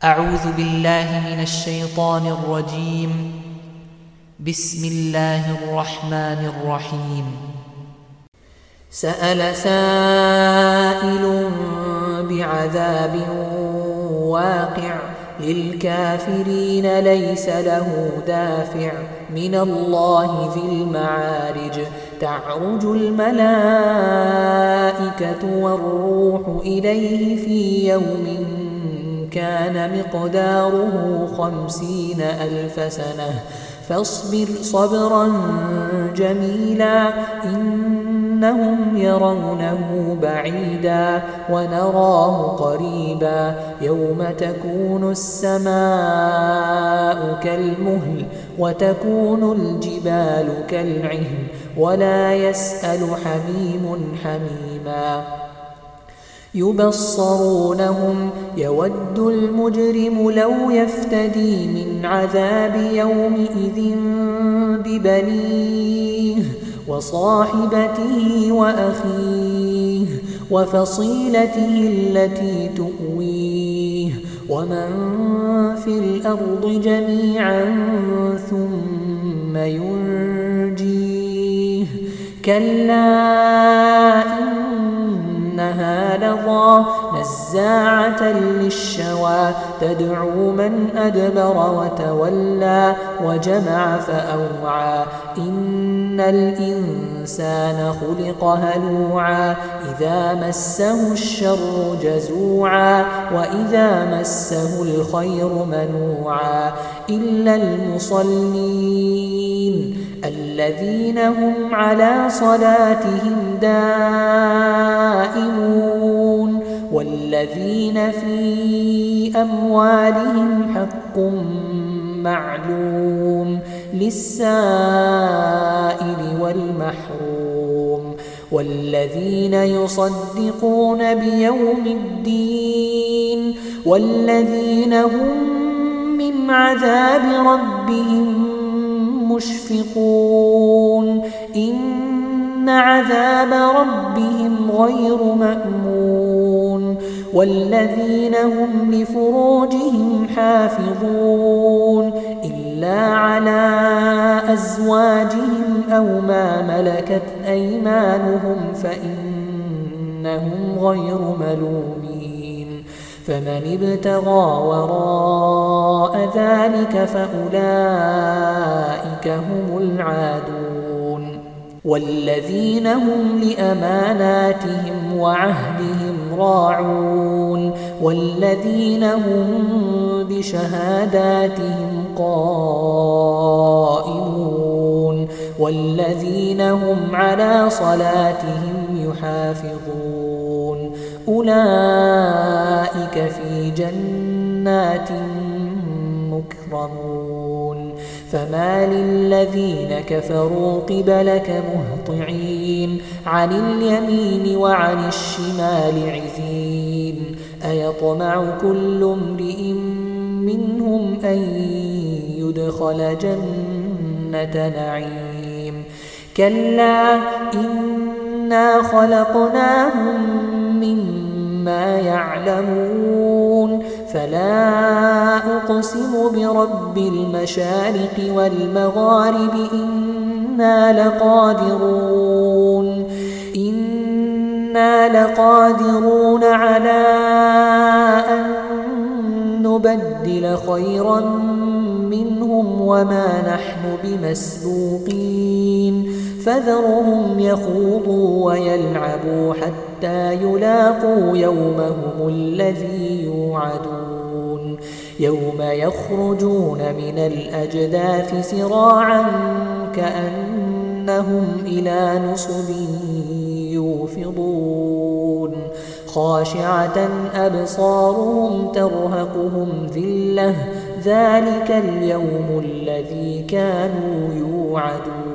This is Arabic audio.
أعوذ بالله من الشيطان الرجيم. بسم الله الرحمن الرحيم. سأل سائل بعذاب واقع للكافرين ليس له دافع من الله ذي المعارج. تعرج الملائكة والروح إليه في يوم كان مقداره 50,000 سنة فاصبر صبرا جميلا إنهم يرونه بعيدا ونراه قريبا يوم تكون السماء كالمهل وتكون الجبال كالعهن ولا يسأل حميم حميما. يبصرونهم يود المجرم لو يفتدي من عذاب يومئذ ببنيه وصاحبته وأخيه وفصيلته التي تؤويه ومن في الأرض جميعا ثم ينجيه كلا إنها لظى نزاعة للشوى تدعو من أدبر وتولى وجمع فأوعى إن الإنسان خلق هلوعا إذا مسه الشر جزوعا وإذا مسه الخير منوعا إلا المصلين الذين هم على صلاتهم دائمون والذين في أموالهم حق معلوم للسائل والمحروم والذين يصدقون بيوم الدين والذين هم من عذاب ربهم مشفقون إن عذاب ربهم غير مأمون والذين هم لفروجهم حافظون إلا على أزواجهم أو ما ملكت أيمانهم فإنهم غير ملومين فمن ابتغى وراء ذلك فأولئك هم العادون والذين هم لأماناتهم وعهدهم راعون والذين هم بشهاداتهم قائمون والذين هم على صلاتهم يحافظون أولئك في جنات مكرمون فما للذين كفروا قبلك مهطعين عن اليمين وعن الشمال عزين أيطمع كل امرئ منهم أن يدخل جنة نعيم كلا إنا خلقناهم مما يعلمون فلا أقسم برب المشارق والمغارب إنا لقادرون على أن نبدل خيرا منهم وما نحن بمسبوقين فذرهم يخوضوا ويلعبوا حتى يلاقوا يومهم الذي يوعدون يوم يخرجون من الأجداث سراعا كأنهم إلى نصب يوفضون خاشعة أبصارهم ترهقهم ذلة ذلك اليوم الذي كانوا يوعدون